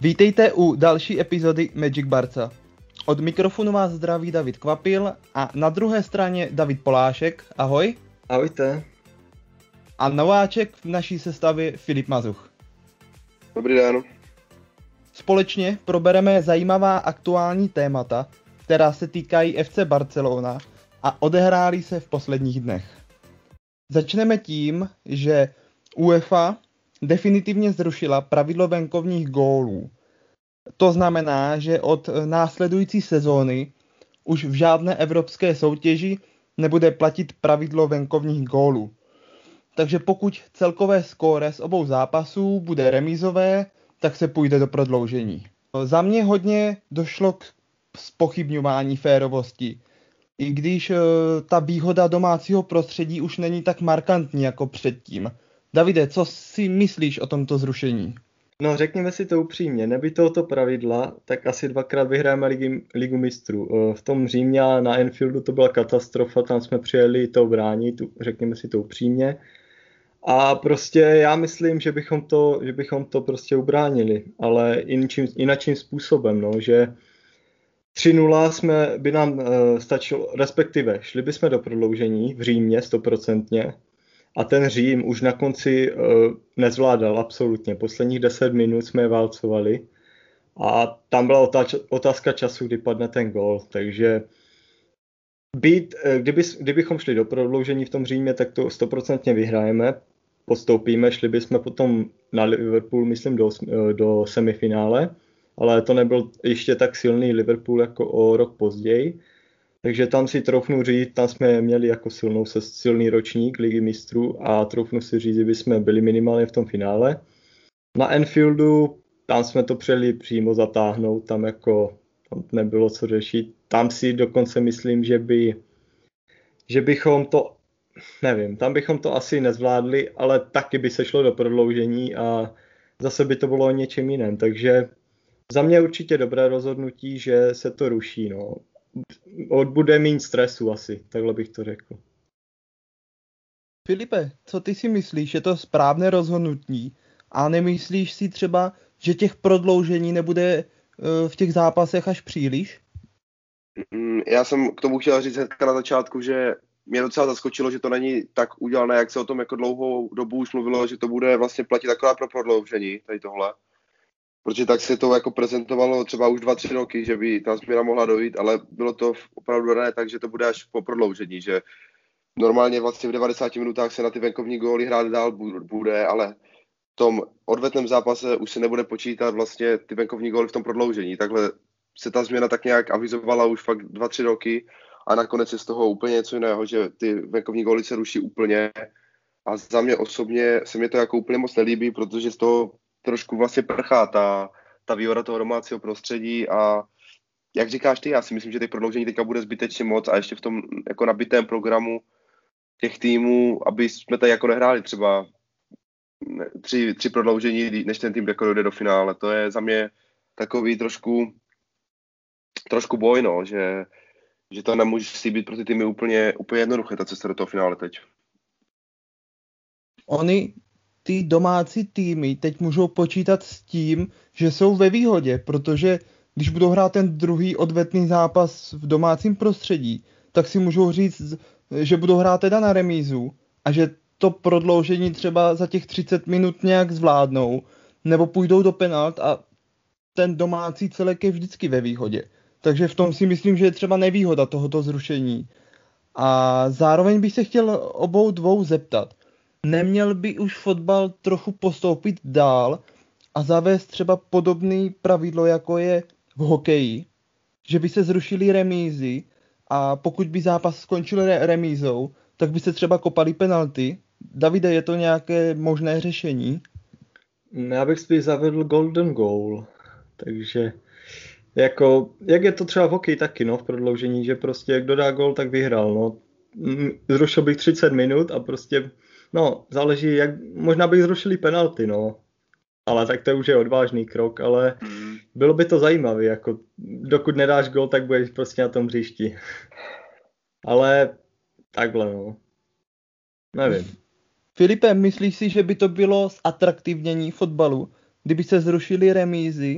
Vítejte u další epizody Magic Barca. Od mikrofonu vás zdraví David Kvapil a na druhé straně David Polášek. Ahoj. Ahojte. A nováček v naší sestavě Filip Mazuch. Dobrý den. Společně probereme zajímavá aktuální témata, která se týkají FC Barcelona a odehrály se v posledních dnech. Začneme tím, že UEFA definitivně zrušila pravidlo venkovních gólů. To znamená, že od následující sezóny už v žádné evropské soutěži nebude platit pravidlo venkovních gólů. Takže pokud celkové skóre z obou zápasů bude remízové, tak se půjde do prodloužení. Za mě hodně došlo k zpochybňování férovosti. I když ta výhoda domácího prostředí už není tak markantní jako předtím. Davide, co si myslíš o tomto zrušení? No, řekněme si to upřímně, nebýt tohoto pravidla, tak asi dvakrát vyhráme ligu mistrů. V tom Římě na Anfieldu to byla katastrofa, tam jsme přijeli to bránit, řekněme si to upřímně. A prostě já myslím, že bychom to prostě ubránili, ale jinakým způsobem, no, že 3-0 by nám stačilo, respektive šli bychom do prodloužení v Římě 100%. A ten Řím už na konci nezvládal absolutně. Posledních 10 minut jsme je válcovali a tam byla otázka času, kdy padne ten gól. Takže kdybychom šli do prodloužení v tom Římě, tak to 100% vyhrajeme. Postoupíme, šli bychom potom na Liverpool, myslím, do semifinále, ale to nebyl ještě tak silný Liverpool jako o rok později. Takže tam si troufnu říct, tam jsme měli jako silný ročník Ligy mistrů a troufnu si říct, že bychom byli minimálně v tom finále. Na Anfieldu, tam jsme to přijeli přímo zatáhnout, tam nebylo co řešit. Tam si dokonce myslím, že bychom to, nevím, tam bychom to asi nezvládli, ale taky by se šlo do prodloužení a zase by to bylo o něčem jiném. Takže za mě určitě dobré rozhodnutí, že se to ruší, no. Bude méně stresu asi, takhle bych to řekl. Filipe, co ty si myslíš, je to správné rozhodnutí? A nemyslíš si třeba, že těch prodloužení nebude v těch zápasech až příliš? Já jsem k tomu chtěl říct hnedka na začátku, že mě docela zaskočilo, že to není tak udělané, jak se o tom jako dlouhou dobu už mluvilo, že to bude vlastně platit akorát pro prodloužení, tady tohle. Protože tak se to jako prezentovalo třeba už 2-3 roky, že by ta změna mohla dojít, ale bylo to opravdu dané tak, že to bude až po prodloužení, že normálně vlastně v 90 minutách se na ty venkovní góly hrát dál bude, ale v tom odvetném zápase už se nebude počítat vlastně ty venkovní góly v tom prodloužení. Takhle se ta změna tak nějak avizovala už fakt 2-3 roky a nakonec je z toho úplně něco jiného, že ty venkovní góly se ruší úplně a za mě osobně se mi to jako úplně moc nelíbí, protože z toho trošku vlastně prchá ta výhoda toho domácího prostředí a jak říkáš ty, já si myslím, že těch prodloužení teďka bude zbytečně moc a ještě v tom jako nabitém programu těch týmů, aby jsme tady jako nehráli třeba tři prodloužení, než ten tým jako dojde do finále. To je za mě takový trošku boj, no, že to nemůže si být pro ty týmy úplně jednoduché, ta cesta do toho finále teď. Ty domácí týmy teď můžou počítat s tím, že jsou ve výhodě, protože když budou hrát ten druhý odvetný zápas v domácím prostředí, tak si můžou říct, že budou hrát teda na remízu a že to prodloužení třeba za těch 30 minut nějak zvládnou, nebo půjdou do penalt a ten domácí celek je vždycky ve výhodě. Takže v tom si myslím, že je třeba nevýhoda tohoto zrušení. A zároveň bych se chtěl obou dvou zeptat. Neměl by už fotbal trochu postoupit dál a zavést třeba podobný pravidlo, jako je v hokeji, že by se zrušily remízy a pokud by zápas skončil remízou, tak by se třeba kopaly penalty. Davide, je to nějaké možné řešení? Já bych spíš zavedl golden goal, takže jak je to třeba v hokeji taky, no, v prodloužení, že prostě kdo dá gól, tak vyhrál, no. Zrušil bych 30 minut a prostě no, záleží, možná bych zrušili penalty, no. Ale tak to už je odvážný krok, ale bylo by to zajímavé, jako dokud nedáš gól, tak budeš prostě na tom hřišti. Ale takhle, no. Nevím. Filipe, myslíš si, že by to bylo zatraktivnění fotbalu, kdyby se zrušily remízy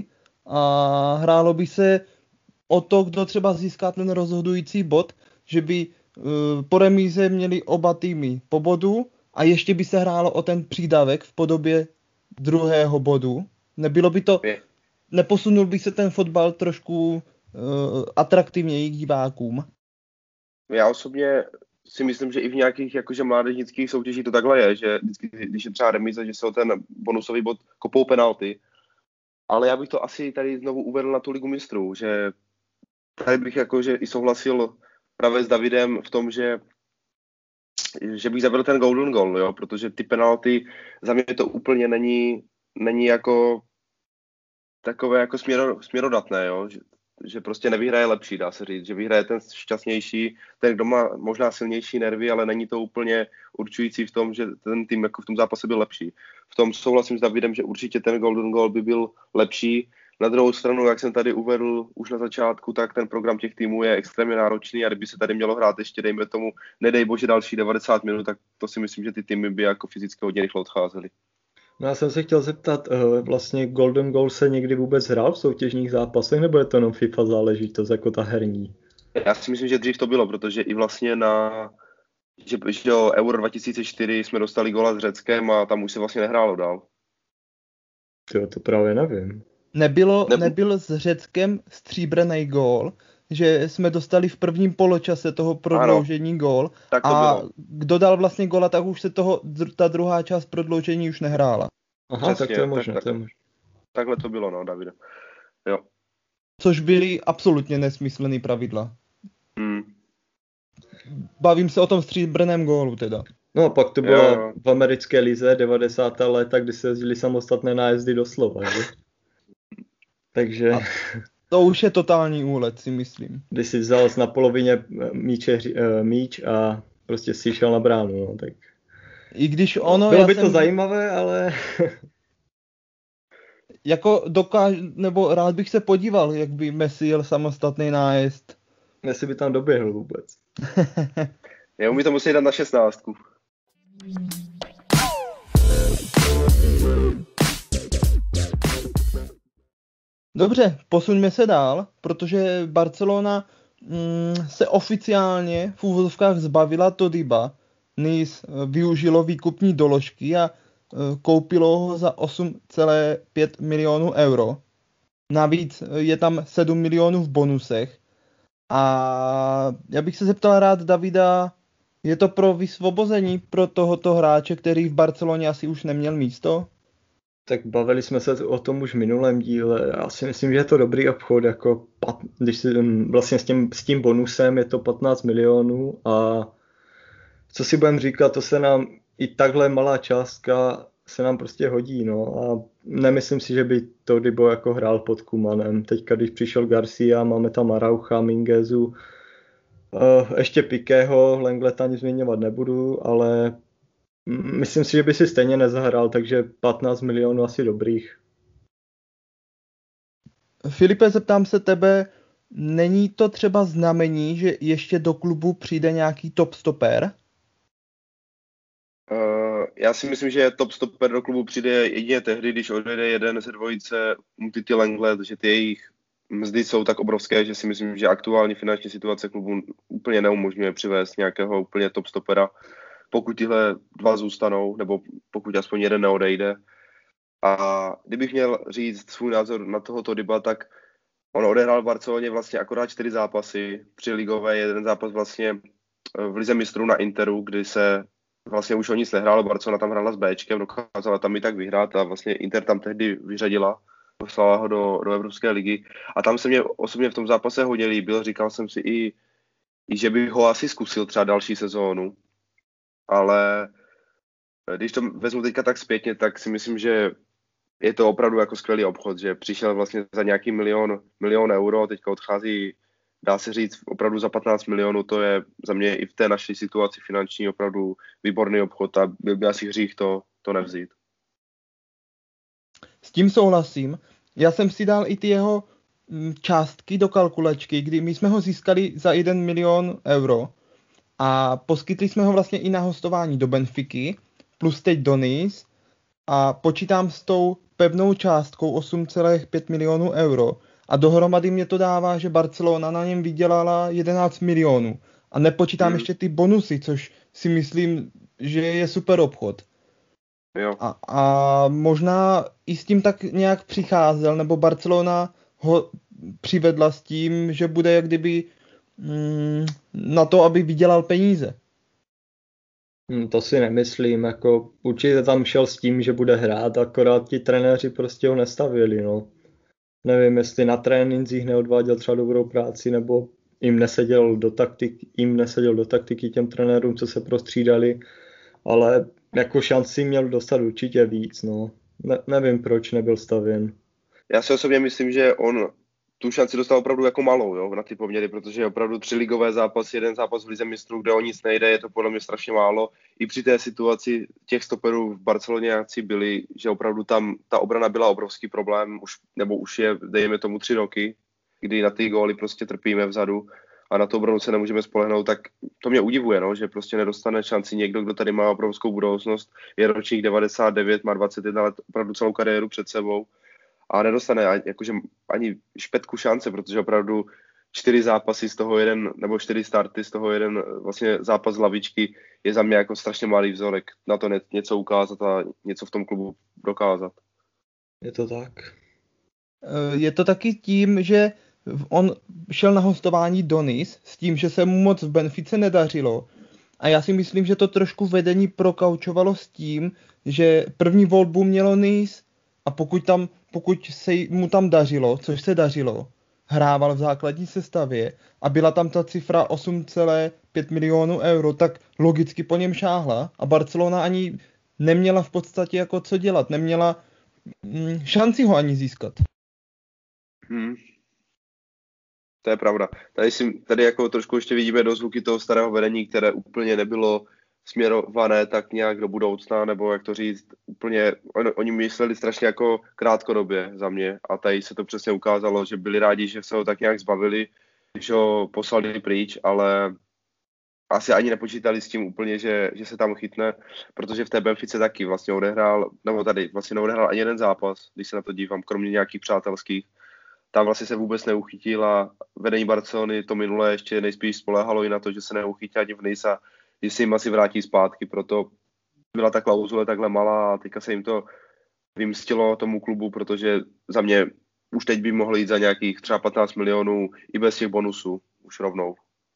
a hrálo by se o to, kdo třeba získá ten rozhodující bod, že by po remíze měli oba týmy po bodu a ještě by se hrálo o ten přídavek v podobě druhého bodu. Nebylo by to, neposunul by se ten fotbal trošku atraktivněji k divákům? Já osobně si myslím, že i v nějakých jakože mládežnických soutěžích to takhle je, že vždycky, když je třeba remíza, že se o ten bonusový bod kopou penalty. Ale já bych to asi tady znovu uvedl na tu ligu mistrů, že tady bych jakože i souhlasil právě s Davidem v tom, že bych zavedl ten golden goal, jo, protože ty penalty za mě to úplně není jako takové jako směrodatné, jo, že prostě nevyhraje lepší, dá se říct, že vyhraje ten šťastnější, ten, kdo má možná silnější nervy, ale není to úplně určující v tom, že ten tým jako v tom zápase byl lepší. V tom souhlasím s Davidem, že určitě ten golden goal by byl lepší. Na druhou stranu, jak jsem tady uvedl už na začátku, tak ten program těch týmů je extrémně náročný a kdyby se tady mělo hrát ještě, dejme tomu, nedej bože další 90 minut, tak to si myslím, že ty týmy by jako fyzicky hodně rychle odcházely. No já jsem se chtěl zeptat, vlastně Golden Goal se někdy vůbec hrál v soutěžních zápasech, nebo je to jenom FIFA záležitost jako ta herní? Já si myslím, že dřív to bylo, protože i vlastně že Euro 2004 jsme dostali góla s Řeckem a tam už se vlastně nehrálo dál. To právě nevím. Nebyl s Řeckem stříbrný gól, že jsme dostali v prvním poločase toho prodloužení gól a kdo dal vlastně góla, tak už se ta druhá část prodloužení už nehrála. Aha, přesně, tak to je možné. Takhle to bylo, no, Davide. Jo. Což byly absolutně nesmyslný pravidla. Bavím se o tom stříbrném gólu teda. No pak to bylo v americké lize 90. léta, kdy se jezdili samostatné nájezdy doslova, že? Takže... A to už je totální úlet, si myslím. Když si vzal na polovině míč a prostě si šel na bránu, no, tak... I když ono... Bylo by to zajímavé, ale... jako nebo rád bych se podíval, jak by Messi jel samostatný nájezd. Messi by tam doběhl vůbec. Jo, my to musí dát na 16. Dobře, posuňme se dál, protože Barcelona se oficiálně v úvozovkách zbavila Todiba. Nice využilo výkupní doložky a koupilo ho za 8,5 milionů euro. Navíc je tam 7 milionů v bonusech. A já bych se zeptal rád Davida, je to pro vysvobození pro tohoto hráče, který v Barceloně asi už neměl místo? Tak bavili jsme se o tom už v minulém díle. Já si myslím, že je to dobrý obchod, jako když si vlastně s tím bonusem je to 15 milionů a co si budeme říkat, to se nám i takhle malá částka se nám prostě hodí, no a nemyslím si, že by Todibo jako hrál pod Kumanem. Teďka, když přišel Garcia, máme tam Araucha, Minguezu, ještě Pikého, Lengleta ani zmiňovat nebudu, ale myslím si, že by si stejně nezahrál, takže 15 milionů asi dobrých. Filipe, zeptám se tebe, není to třeba znamení, že ještě do klubu přijde nějaký top stoper? Já si myslím, že top stoper do klubu přijde jedině tehdy, když odejde jeden ze dvojice Umtiti Lenglet, že ty jejich mzdy jsou tak obrovské, že si myslím, že aktuální finanční situace klubu úplně neumožňuje přivést nějakého úplně top stopera. Pokud tyhle dva zůstanou, nebo pokud aspoň jeden neodejde. A kdybych měl říct svůj názor na tohoto Todiba, tak on odehrál v Barceloně vlastně akorát 4 zápasy, 3 ligové, jeden zápas vlastně v lize mistrů na Interu, kdy se vlastně už o nic nehrálo, Barcelona tam hrála s Bčkem, dokázala tam i tak vyhrát a vlastně Inter tam tehdy vyřadila, poslala ho do Evropské ligy. A tam se mě osobně v tom zápase hodně líbil, říkal jsem si i že bych ho asi zkusil třeba další sezónu. Ale když to vezmu teďka tak zpětně, tak si myslím, že je to opravdu jako skvělý obchod, že přišel vlastně za nějaký milion euro, teďka odchází, dá se říct, opravdu za 15 milionů, to je za mě i v té naší situaci finanční opravdu výborný obchod a byl by asi hřích to nevzít. S tím souhlasím. Já jsem si dal i ty jeho částky do kalkulačky, kdy my jsme ho získali za 1 milion euro. A poskytli jsme ho vlastně i na hostování do Benfiky, plus teď do Nice. A počítám s tou pevnou částkou 8,5 milionů euro a dohromady mě to dává, že Barcelona na něm vydělala 11 milionů. A nepočítám ještě ty bonusy, což si myslím, že je super obchod. Jo. A možná i s tím tak nějak přicházel, nebo Barcelona ho přivedla s tím, že bude jak kdyby na to, aby vydělal peníze. To si nemyslím, jako určitě tam šel s tím, že bude hrát, akorát ti trenéři prostě ho nestavili, no. Nevím, jestli na trénincích neodváděl třeba dobrou práci, nebo jim neseděl do taktiky těm trenérům, co se prostřídali, ale jako šanci měl dostat určitě víc, no. Nevím, proč nebyl stavěn. Já si osobně myslím, že on tu šanci dostal opravdu jako malou, jo, na ty poměry, protože opravdu 3 ligové zápasy, 1 zápas v lize mistrů, kde o nic nejde, je to podle mě strašně málo. I při té situaci těch stoperů v Barceloně jakci byli, že opravdu tam ta obrana byla obrovský problém, už je, dejme tomu 3 roky, kdy na ty góly prostě trpíme vzadu a na tu obranu se nemůžeme spolehnout, tak to mě udivuje, no, že prostě nedostane šanci někdo, kdo tady má obrovskou budoucnost, je ročník 99, má 21 let, opravdu celou kariéru před sebou. A nedostane jakože ani špetku šance, protože opravdu 4 zápasy z toho jeden, nebo 4 starty z toho jeden vlastně zápas z lavičky je za mě jako strašně malý vzorek na to něco ukázat a něco v tom klubu dokázat. Je to tak. Je to taky tím, že on šel na hostování do Nice s tím, že se mu moc v Benfice nedařilo. A já si myslím, že to trošku vedení prokaučovalo s tím, že první volbu mělo Nice a pokud se mu tam dařilo, což se dařilo, hrával v základní sestavě a byla tam ta cifra 8,5 milionů euro, tak logicky po něm šáhla a Barcelona ani neměla v podstatě jako co dělat, neměla šanci ho ani získat. To je pravda. Tady jako trošku ještě vidíme dozvuky toho starého vedení, které úplně nebylo směrované tak nějak do budoucna, nebo jak to říct, úplně, oni mysleli strašně jako krátkodobě za mě a tady se to přesně ukázalo, že byli rádi, že se ho tak nějak zbavili, když ho poslali pryč, ale asi ani nepočítali s tím úplně, že se tam chytne, protože v té Benfice taky vlastně odehrál ani jeden zápas, když se na to dívám, kromě nějakých přátelských. Tam vlastně se vůbec neuchytil a vedení Barcelony to minulé ještě nejspíš spoléhalo i na to, že se neuchytí ani v Nice a že se jim asi vrátí zpátky, proto byla ta klauzule takhle malá a teďka se jim to vymstilo tomu klubu, protože za mě už teď by mohli jít za nějakých třeba 15 milionů i bez těch bonusů, už rovnou.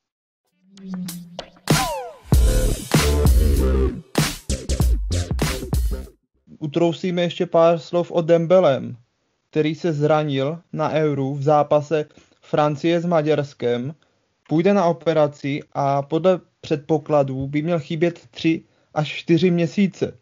Utrousíme ještě pár slov o Dembelem, který se zranil na Euru v zápase Francie s Maďarskem, půjde na operaci a podle předpokladů by měl chybět 3 až 4 měsíce.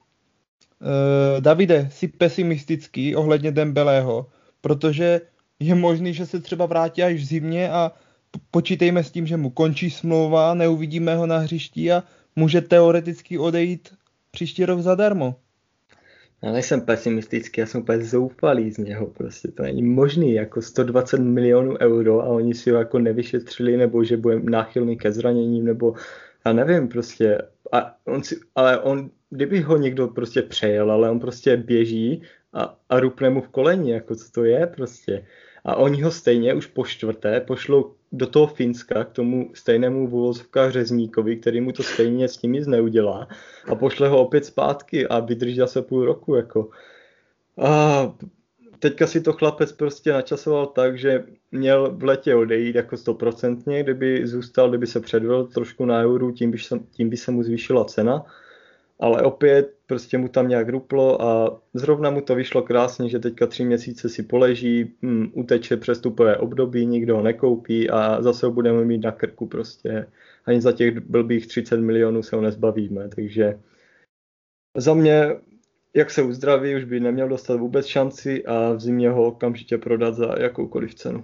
Davide, jsi pesimistický ohledně Dembelého, protože je možný, že se třeba vrátí až v zimě a počítejme s tím, že mu končí smlouva, neuvidíme ho na hřišti a může teoreticky odejít příští rok zadarmo. Já nejsem pesimistický, já jsem úplně zoufalý z něho, prostě to není možný, jako 120 milionů euro a oni si ho jako nevyšetřili, nebo že bude náchylný ke zraněním, nebo já nevím prostě, ale on, kdyby ho někdo prostě přejel, ale on prostě běží a rupne mu v koleni, jako co to je prostě. A oni ho stejně už po 4. pošlou do toho Finska k tomu stejnému vůvozovka Řezníkovi, který mu to stejně s tím nic neudělá a pošle ho opět zpátky a vydrží zase půl roku. Jako. A teďka si to chlapec prostě načasoval tak, že měl v letě odejít jako 100%, kdyby zůstal, kdyby se předvedl trošku na euru, tím by se mu zvýšila cena. Ale opět prostě mu tam nějak ruplo a zrovna mu to vyšlo krásně, že teďka 3 měsíce si poleží, uteče přestupové období, nikdo ho nekoupí a zase ho budeme mít na krku prostě. Ani za těch blbých 30 milionů se ho nezbavíme, takže za mě, jak se uzdraví, už by neměl dostat vůbec šanci a v zimě ho okamžitě prodat za jakoukoliv cenu.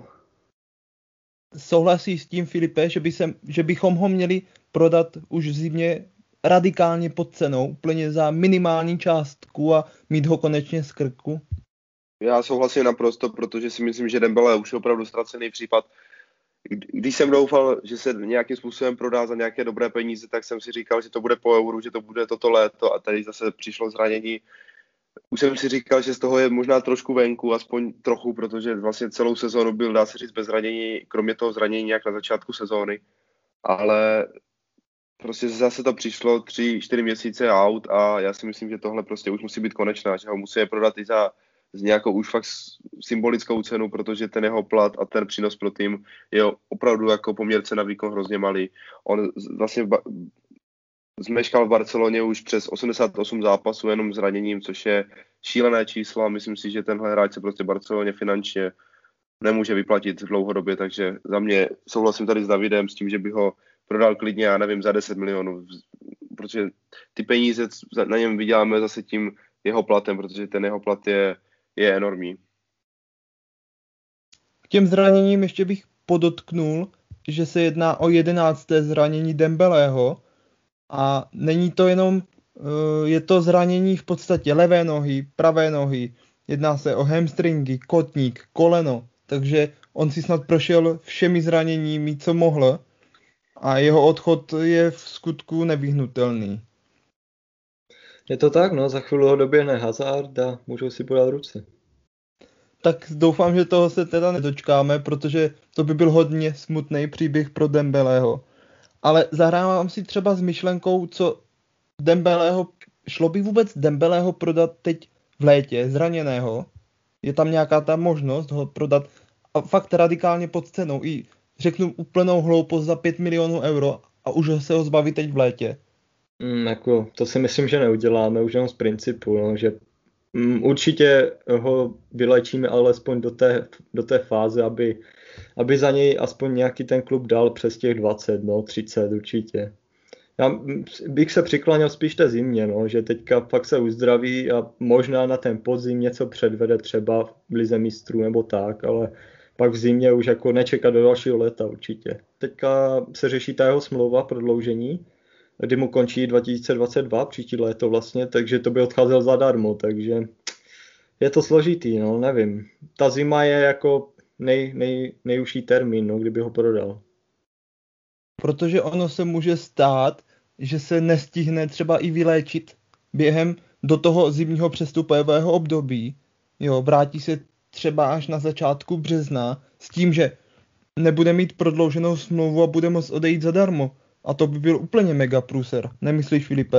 Souhlasí s tím, Filipe, že bychom ho měli prodat už v zimě radikálně pod cenou, úplně za minimální částku a mít ho konečně z krku? Já souhlasím naprosto, protože si myslím, že Dembele už je opravdu ztracený případ. Když jsem doufal, že se nějakým způsobem prodá za nějaké dobré peníze, tak jsem si říkal, že to bude po euru, že to bude toto léto a tady zase přišlo zranění. už jsem si říkal, že z toho je možná trošku venku, aspoň trochu, protože vlastně celou sezónu byl, dá se říct, bez zranění, kromě toho zranění nějak na začátku sezóny. Ale prostě zase to přišlo 3-4 měsíce out a já si myslím, že tohle prostě už musí být konečná, že ho musí prodat i za nějakou už fakt symbolickou cenu, protože ten jeho plat a ten přínos pro tým je opravdu jako poměrce na výkon hrozně malý. On vlastně zmeškal v Barceloně už přes 88 zápasů jenom zraněním, což je šílené číslo a myslím si, že tenhle hráč se prostě Barceloně finančně nemůže vyplatit dlouhodobě, takže za mě souhlasím tady s Davidem s tím, že by ho prodal klidně, já nevím, za 10 milionů, protože ty peníze na něm vyděláme zase tím jeho platem, protože ten jeho plat je enormní. K těm zraněním ještě bych podotknul, že se jedná o 11. zranění Dembélého a není to jenom, je to zranění v podstatě levé nohy, pravé nohy, jedná se o hamstringy, kotník, koleno, takže on si snad prošel všemi zraněními, co mohl a jeho odchod je v skutku nevyhnutelný. Je to tak, no, za chvíli ho doběhne Hazard a můžou si podat ruce. Tak doufám, že toho se teda nedočkáme, protože to by byl hodně smutný příběh pro Dembélého. Ale zahrávám si třeba s myšlenkou, co Dembélého, šlo by vůbec Dembélého prodat teď v létě, zraněného? Je tam nějaká ta možnost ho prodat a fakt radikálně pod cenou i řeknu úplnou hloupost za 5 milionů euro a už se ho zbaví teď v létě? Jako, to si myslím, že neuděláme už jenom z principu, no, že určitě ho vylečíme alespoň do té fáze, aby za něj aspoň nějaký ten klub dal přes těch 20, no 30 určitě. Já bych se přikláněl spíš té zimě, no, že teďka fakt se uzdraví a možná na ten podzim něco předvede třeba v lize mistrů nebo tak, ale pak v zimě už jako nečekat do dalšího léta určitě. Teďka se řeší ta jeho smlouva prodloužení, kdy mu končí 2022, příští léto vlastně, takže to by odcházel zadarmo, takže je to složitý, no, nevím. Ta zima je jako nejužší termín, no, kdyby ho prodal. Protože ono se může stát, že se nestihne třeba i vyléčit během do toho zimního přestupového období. Jo, vrátí se třeba až na začátku března s tím, že nebude mít prodlouženou smlouvu a bude moct odejít zadarmo. A to by byl úplně mega průser. Nemyslíš, Filipe?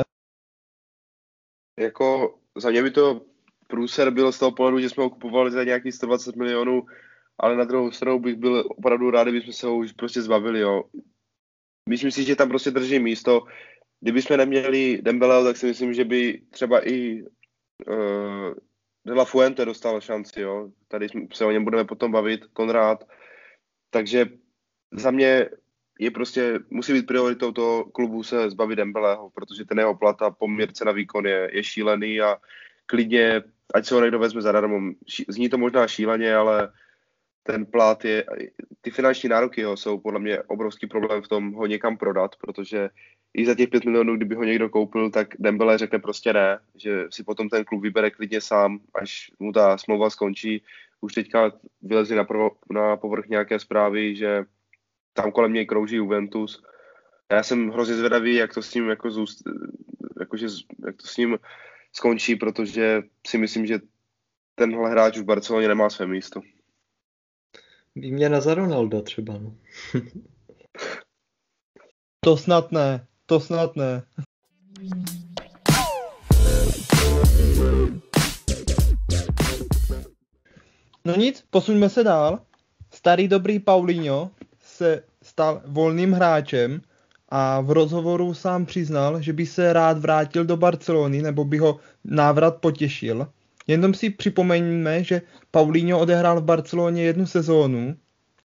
Jako za mě by to průser byl z toho pohledu, že jsme ho kupovali za nějakých 120 milionů, ale na druhou stranu bych byl opravdu rád, kdybychom se ho už prostě zbavili, jo. Myslím si, že tam prostě drží místo. Kdybychom neměli Dembélého, tak si myslím, že by třeba i De La Fuente dostal šanci, jo. Tady se o něm budeme potom bavit, Konrád. Takže za mě je prostě, musí být prioritou toho klubu se zbavit Dembélého, protože ten jeho plat a poměrce na výkon je šílený a klidně, ať se ho někdo vezme zadarmo. Zní to možná šíleně, ale ten plat ty finanční nároky jsou podle mě obrovský problém v tom ho někam prodat, protože i za těch 5 milionů, kdyby ho někdo koupil, tak Dembélé řekne prostě ne, že si potom ten klub vybere klidně sám, až mu ta smlouva skončí. Už teďka vylezly na povrch nějaké zprávy, že tam kolem něj krouží Juventus. Já jsem hrozně zvědavý, jak to s ním jak to s ním skončí, protože si myslím, že tenhle hráč už v Barceloně nemá své místo. Výměna za Ronalda třeba, no. To snad ne. No nic, posuňme se dál. Starý dobrý Paulinho se stal volným hráčem a v rozhovoru sám přiznal, že by se rád vrátil do Barcelony, nebo by ho návrat potěšil. Jenom si připomeňme, že Paulinho odehrál v Barceloně jednu sezónu,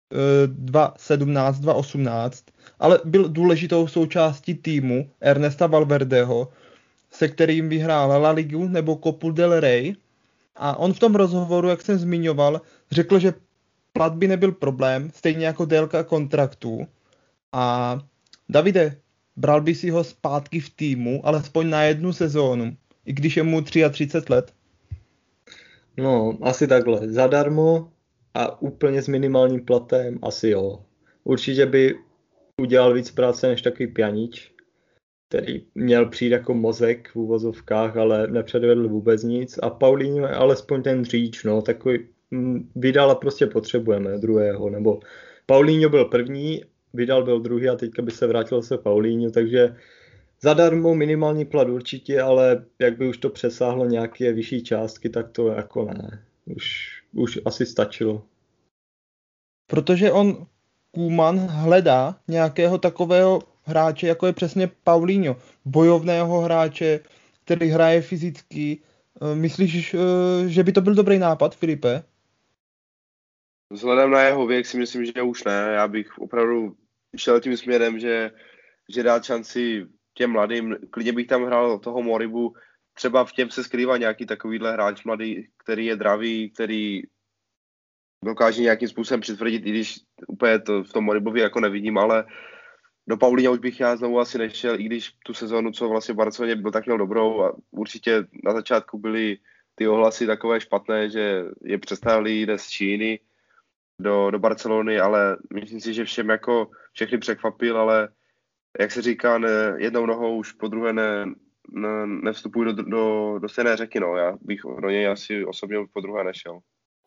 2017-2018, ale byl důležitou součástí týmu Ernesta Valverdeho, se kterým vyhrál La Ligu nebo Copu del Rey. A on v tom rozhovoru, jak jsem zmiňoval, řekl, že plat by nebyl problém, stejně jako délka kontraktu. A Davide, bral by si ho zpátky v týmu, alespoň na jednu sezónu, i když je mu 33 let? No, asi takhle. Zadarmo a úplně s minimálním platem asi jo. Určitě by udělal víc práce než takový Pjanič. který měl přijít jako mozek v úvozovkách, ale nepředvedl vůbec nic. A Paulinho je alespoň ten dříč, no, takový Vidala prostě potřebujeme druhého, nebo Paulinho byl první, Vidal byl druhý a teďka by se vrátil se Paulinho, takže zadarmo minimální plat určitě, ale jak by už to přesáhlo nějaké vyšší částky, tak to jako ne. Už asi stačilo. Protože Koeman hledá nějakého takového hráče, jako je přesně Paulinho, bojovného hráče, který hraje fyzicky. Myslíš, že by to byl dobrý nápad, Filipe? Vzhledem na jeho věk si myslím, že už ne. Já bych opravdu šel tím směrem, že dát šanci těm mladým. Klidně bych tam hrál toho Moribu. Třeba v těm se skrývá nějaký takovýhle hráč mladý, který je dravý, který dokáže nějakým způsobem přitvrdit, i když úplně to v tom Moribovi jako nevidím, ale do Paulinha už bych já znovu asi nešel, i když tu sezónu, co vlastně v Barceloně byl, tak měl dobrou a určitě na začátku byly ty ohlasy takové špatné, že je přestali jít z Číny do Barcelony, ale myslím si, že všem jako všechny překvapil, ale jak se říká, jednou nohou už po druhé nevstupuji do stejné řeky, no. Já bych do něj asi osobně po druhé nešel.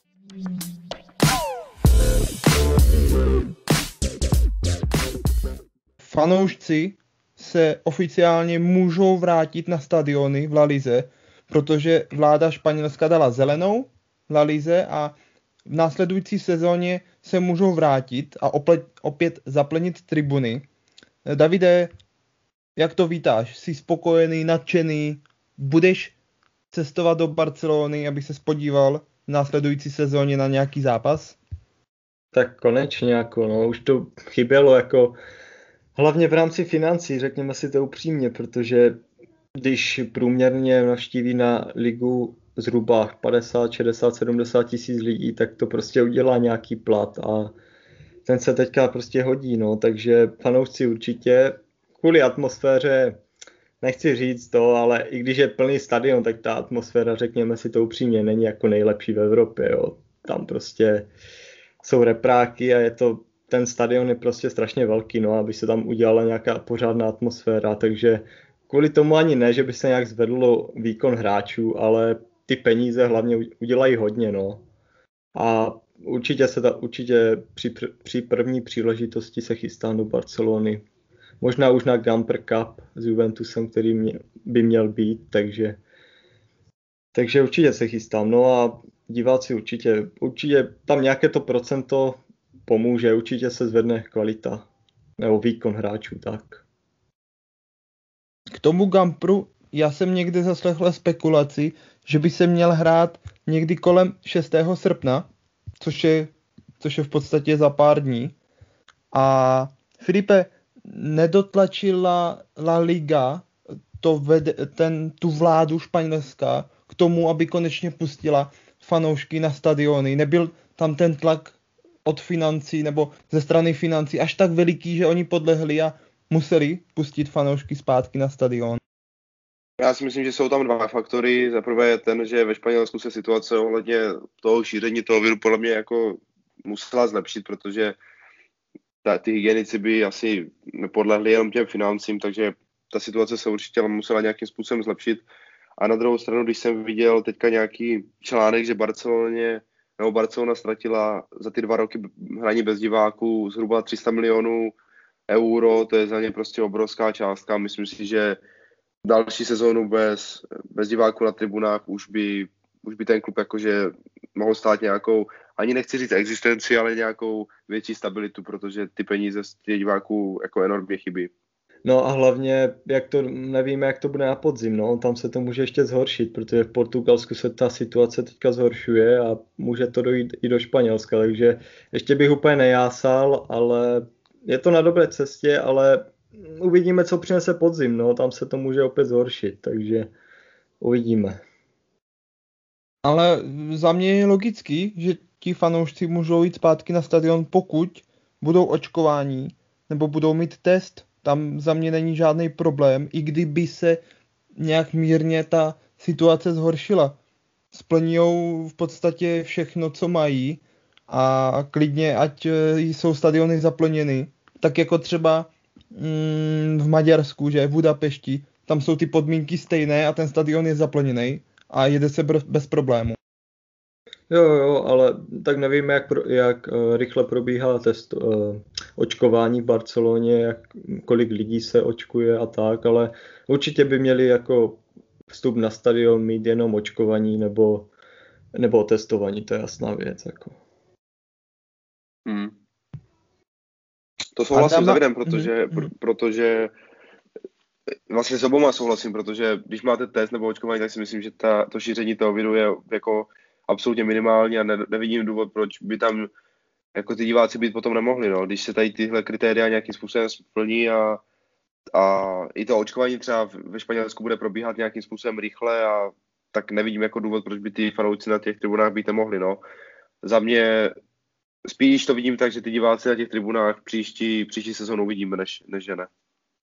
Fanoušci se oficiálně můžou vrátit na stadiony v La Lize, protože vláda Španělska dala zelenou La Lize a v následující sezóně se můžou vrátit a opět zaplnit tribuny. Davide, jak to vítáš? Jsi spokojený, nadšený? Budeš cestovat do Barcelony, aby se podíval v následující sezóně na nějaký zápas? Tak konečně, jako, no, už to chybělo, jako, hlavně v rámci financí, řekněme si to upřímně, protože když průměrně navštíví na ligu zhruba 50, 60, 70 tisíc lidí, tak to prostě udělá nějaký plat a ten se teďka prostě hodí, no, takže fanoušci určitě kvůli atmosféře, nechci říct to, ale i když je plný stadion, tak ta atmosféra, řekněme si to upřímně, není jako nejlepší v Evropě, jo. Tam prostě jsou repráky a ten stadion je prostě strašně velký, no, aby se tam udělala nějaká pořádná atmosféra, takže kvůli tomu ani ne, že by se nějak zvedlo výkon hráčů, ale ty peníze hlavně udělají hodně, no. A určitě při první příležitosti se chystám do Barcelony. Možná už na Gamper Cup s Juventusem, který by měl být, takže určitě se chystám. No a diváci určitě tam nějaké to procento pomůže, určitě se zvedne kvalita nebo výkon hráčů, tak. K tomu Gampru já jsem někde zaslechl spekulaci, že by se měl hrát někdy kolem 6. srpna, což je v podstatě za pár dní. A Filipe, nedotlačila La Liga tu vládu Španělska k tomu, aby konečně pustila fanoušky na stadiony? Nebyl tam ten tlak od financí nebo ze strany financí až tak veliký, že oni podlehli a museli pustit fanoušky zpátky na stadion? Já si myslím, že jsou tam dva faktory. Za prvé je ten, že ve Španělsku se situace ohledně toho šíření toho viru podle mě jako musela zlepšit, protože ty hygienici by asi nepodlehli jenom těm financím, takže ta situace se určitě musela nějakým způsobem zlepšit. A na druhou stranu, když jsem viděl teďka nějaký článek, že Barcelona ztratila za ty 2 roky hraní bez diváků zhruba 300 milionů euro, to je za ně prostě obrovská částka. Myslím si, že další sezónu bez diváků na tribunách už by ten klub jakože mohl stát nějakou, ani nechci říct existenci, ale nějakou větší stabilitu, protože ty peníze z těch diváků jako enormně chybí. No a hlavně, nevíme, jak to bude na podzim, no, tam se to může ještě zhoršit, protože v Portugalsku se ta situace teďka zhoršuje a může to dojít i do Španělska, takže ještě bych úplně nejásal, ale je to na dobré cestě, ale uvidíme, co přinese podzim, no, tam se to může opět zhoršit, takže uvidíme. Ale za mě je logický, že ti fanoušci můžou jít zpátky na stadion, pokud budou očkováni nebo budou mít test. Tam za mě není žádný problém, i kdyby se nějak mírně ta situace zhoršila. Splňujou v podstatě všechno, co mají a klidně, ať jsou stadiony zaplněny. Tak jako třeba v Maďarsku, že v Budapešti, tam jsou ty podmínky stejné a ten stadion je zaplněný a jede se bez problému. Jo, ale tak nevíme, jak rychle probíhá očkování v Barceloně, kolik lidí se očkuje a tak, ale určitě by měli jako vstup na stadion mít jenom očkovaní nebo testování, to je jasná věc. Jako. To souhlasím s Davidem, protože vlastně s oboma souhlasím, protože když máte test nebo očkování, tak si myslím, že to šíření toho viru je jako absolutně minimální a nevidím důvod, proč by tam jako ty diváci být potom nemohli, no. Když se tady tyhle kritéria nějakým způsobem splní a i to očkování třeba ve Španělsku bude probíhat nějakým způsobem rychle a tak nevidím jako důvod, proč by ty fanoušci na těch tribunách být nemohli, no. Za mě spíš to vidím tak, že ty diváci na těch tribunách příští sezónu uvidíme, než že ne.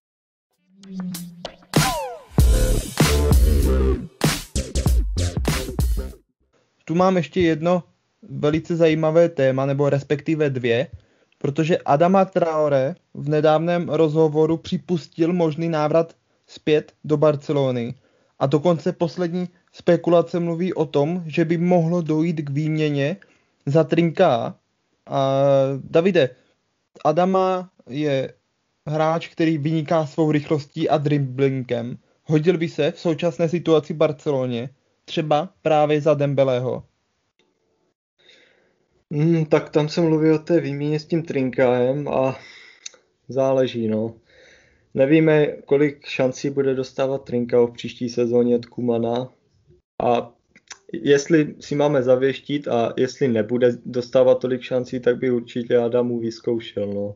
Tu mám ještě jedno velice zajímavé téma, nebo respektive dvě, protože Adama Traoré v nedávném rozhovoru připustil možný návrat zpět do Barcelony a dokonce poslední spekulace mluví o tom, že by mohlo dojít k výměně za Trinka. A Davide, Adama je hráč, který vyniká svou rychlostí a driblingem. Hodil by se v současné situaci v Barceloně třeba právě za Dembeleho? Tak tam se mluví o té výměně s tím Trinkaem a záleží, no. Nevíme, kolik šancí bude dostávat Trinkao v příští sezóně od Kumana a jestli si máme zavěštit a jestli nebude dostávat tolik šancí, tak by určitě Adamu vyzkoušel, no.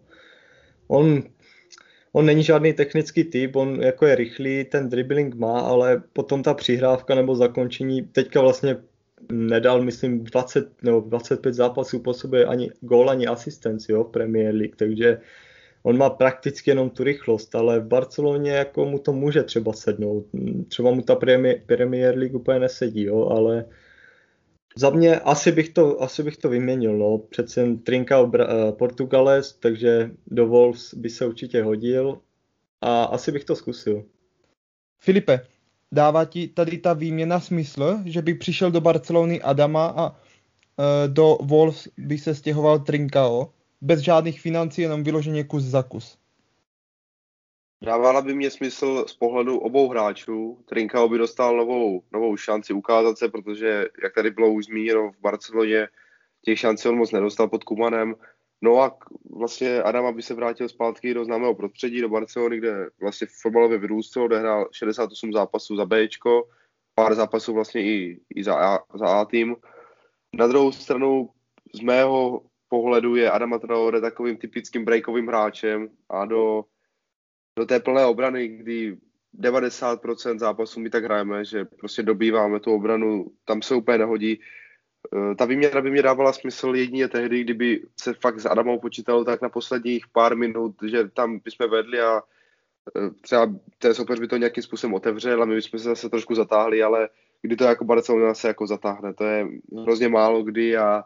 On není žádný technický typ, on jako je rychlý, ten dribbling má, ale potom ta přihrávka nebo zakončení, teďka vlastně nedal, myslím, 20 nebo 25 zápasů po sobě ani gól, ani asistenci, v Premier League, takže on má prakticky jenom tu rychlost, ale v Barceloně jako mu to může třeba sednout. Třeba mu ta Premier League úplně nesedí, ale za mě asi bych to vyměnil, no. Přece jen Trincao Portugalec, takže do Wolves by se určitě hodil a asi bych to zkusil. Filipe, dává ti tady ta výměna smysl, že by přišel do Barcelony Adama a do Wolves by se stěhoval Trincao bez žádných financí, jenom vyloženě kus za kus? Dávala by mě smysl z pohledu obou hráčů. Trincao by dostal novou šanci ukázat se, protože, jak tady bylo už zmíněno, v Barceloně těch šancí on moc nedostal pod Kumanem. No a vlastně Adama by se vrátil zpátky do známého prostředí, do Barcelony, kde vlastně fotbalově vyrůstal, odehrál 68 zápasů za Bčko, pár zápasů vlastně i za A tým. Na druhou stranu z mého pohledu je Adama Traoré takovým typickým breakovým hráčem a do té plné obrany, kdy 90% zápasů my tak hrajeme, že prostě dobýváme tu obranu, tam se úplně nehodí. Ta výměna by mě dávala smysl jedině tehdy, kdyby se fakt s Adamou počítalo tak na posledních pár minut, že tam bychom vedli a třeba ten soupeř by to nějakým způsobem otevřel a my bychom se zase trošku zatáhli, ale kdy to jako Barcelona se jako zatáhne, to je hrozně málo kdy a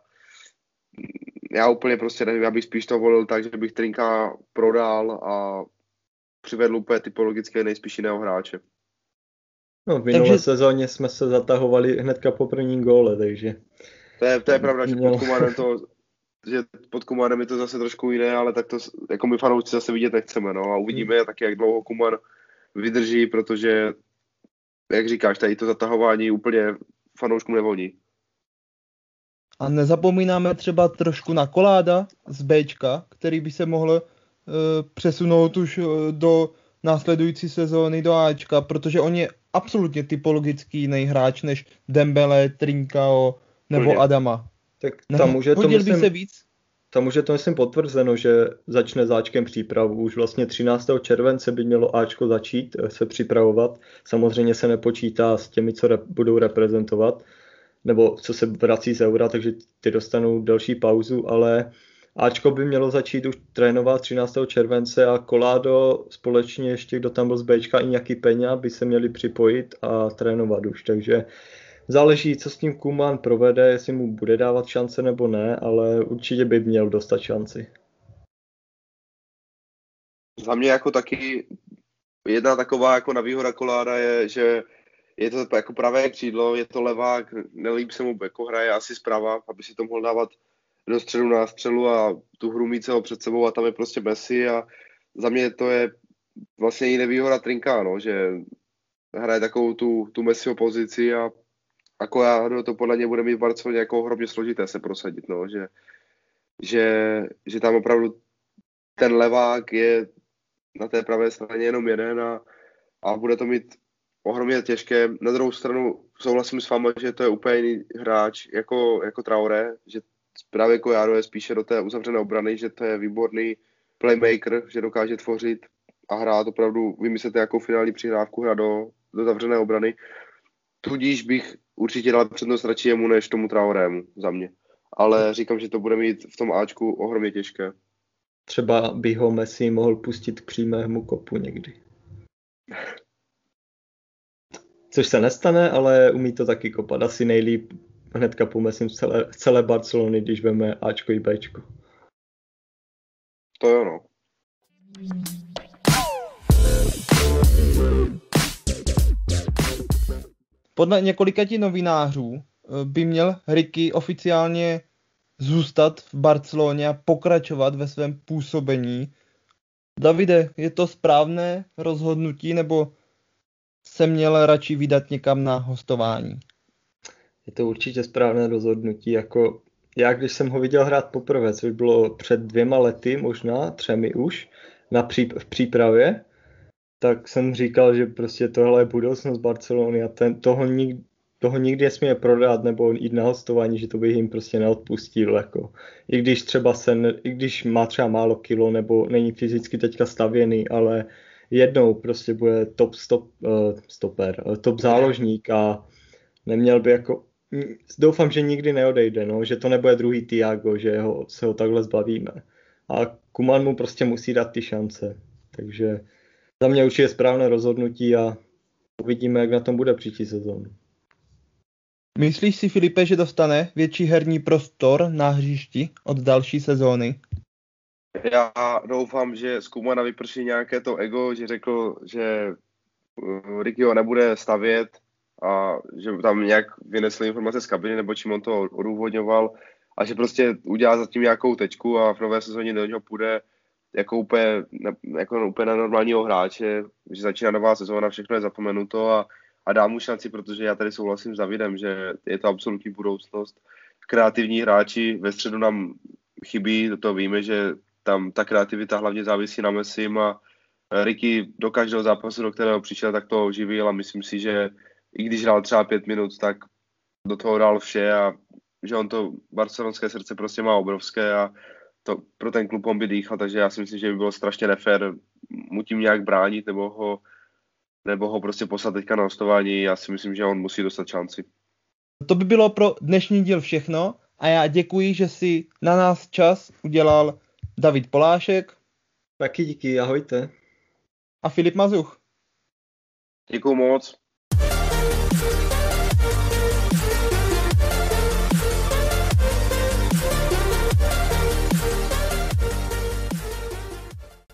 já úplně prostě nevím, já bych spíš to volil tak, že bych Trinka prodal a přivedl úplně typologicky nejspíš jiného hráče. No, v minulé sezóně jsme se zatahovali hnedka po prvním góle, takže... To je pravda, že pod Kumanem je to zase trošku jiné, ale tak to jako my fanoušci zase vidět nechceme, no a uvidíme taky, jak dlouho Kuman vydrží, protože, jak říkáš, tady to zatahování úplně fanouškům nevoní. A nezapomínáme třeba trošku na Koláda z Bčka, který by se mohl přesunout už do následující sezóny do Ačka, protože on je absolutně typologický jiný hráč než Dembele, Trincao nebo Adama. Tak tam už je to, myslím, by se víc? Tam už je to, myslím, potvrzeno, že začne s Ačkem přípravu. Už vlastně 13. července by mělo Ačko začít se připravovat. Samozřejmě se nepočítá s těmi, co budou reprezentovat, nebo co se vrací z Eura, takže ty dostanou další pauzu, ale Ačko by mělo začít už trénovat 13. července a Collado společně ještě, kdo tam byl z Bčka, i nějaký Peňa by se měli připojit a trénovat už, takže záleží, co s tím Koeman provede, jestli mu bude dávat šance nebo ne, ale určitě by měl dostat šanci. Za mě jako taky jedna taková jako nevýhoda Kolára je, že je to jako pravé křídlo, je to levák, nelíbí se mu jako hraje asi zprava, aby si to mohl dávat do středu na střelu a tu hru mít celou před sebou a tam je prostě Messi a za mě to je vlastně i nevýhoda Trinka, no, že hraje takovou tu Messiho pozici a jako já to podle mě bude mít v Barceloně jako hrozně složité se prosadit, no, že tam opravdu ten levák je na té pravé straně jenom jeden a bude to mít ohromně těžké. Na druhou stranu souhlasím s vámi, že to je úplně jiný hráč jako Traoré, že právě Kojáro je spíše do té uzavřené obrany, že to je výborný playmaker, že dokáže tvořit a hrát opravdu, vymyslete jakou finální přihrávku hrát do zavřené obrany. Tudíž bych určitě dal přednost radši jemu než tomu Traorému za mě. Ale říkám, že to bude mít v tom Ačku ohromně těžké. Třeba by ho Messi mohl pustit k přímému kopu někdy. Což se nestane, ale umí to taky kopat. Asi nejlíp hnedka po Messi z celé Barcelony, když veme Ačko i Bčko. To jo, no. Podle několika novinářů by měl Ricky oficiálně zůstat v Barceloně a pokračovat ve svém působení. Davide, je to správné rozhodnutí, nebo se měl radši vydat někam na hostování? Je to určitě správné rozhodnutí. Jako já, když jsem ho viděl hrát poprvé, což bylo před 2 lety, možná 3 už, v přípravě, tak jsem říkal, že prostě tohle je budoucnost Barcelony a toho nikdy nesmí prodat nebo jít na hostování, že to bych jim prostě neodpustil. Jako. I když má třeba málo kilo nebo není fyzicky teďka stavěný, ale jednou prostě bude top záložník a neměl by jako, doufám, že nikdy neodejde, no, že to nebude druhý Thiago, že se ho takhle zbavíme. A Koeman mu prostě musí dát ty šance. Takže za mě určitě správné rozhodnutí a uvidíme, jak na tom bude příští sezónu. Myslíš si, Filipe, že dostane větší herní prostor na hřišti od další sezóny? Já doufám, že z Koemana vyprší nějaké to ego, že řekl, že Rickyho nebude stavět a že tam nějak vynesl informace z kabiny, nebo čím on to odůvodňoval a že prostě udělá zatím nějakou tečku a v nové sezóně do něho půjde jako úplně na normálního hráče, že začíná nová sezóna, všechno je zapomenuto a dá mu šanci, protože já tady souhlasím s Davidem, že je to absolutní budoucnost. Kreativní hráči ve středu nám chybí, to víme, že tam ta kreativita hlavně závisí na Messim a Ricky do každého zápasu, do kterého přišel, tak to oživil a myslím si, že i když hrál třeba 5 minut, tak do toho dal vše a že on to barcelonské srdce prostě má obrovské a to pro ten klub on by dýchal, takže já si myslím, že by bylo strašně nefér mu tím nějak bránit nebo ho prostě poslat teďka na hostování. Já si myslím, že on musí dostat šanci. To by bylo pro dnešní díl všechno a já děkuji, že si na nás čas udělal David Polášek. Taky díky, ahojte. A Filip Mazuch. Děkuju moc.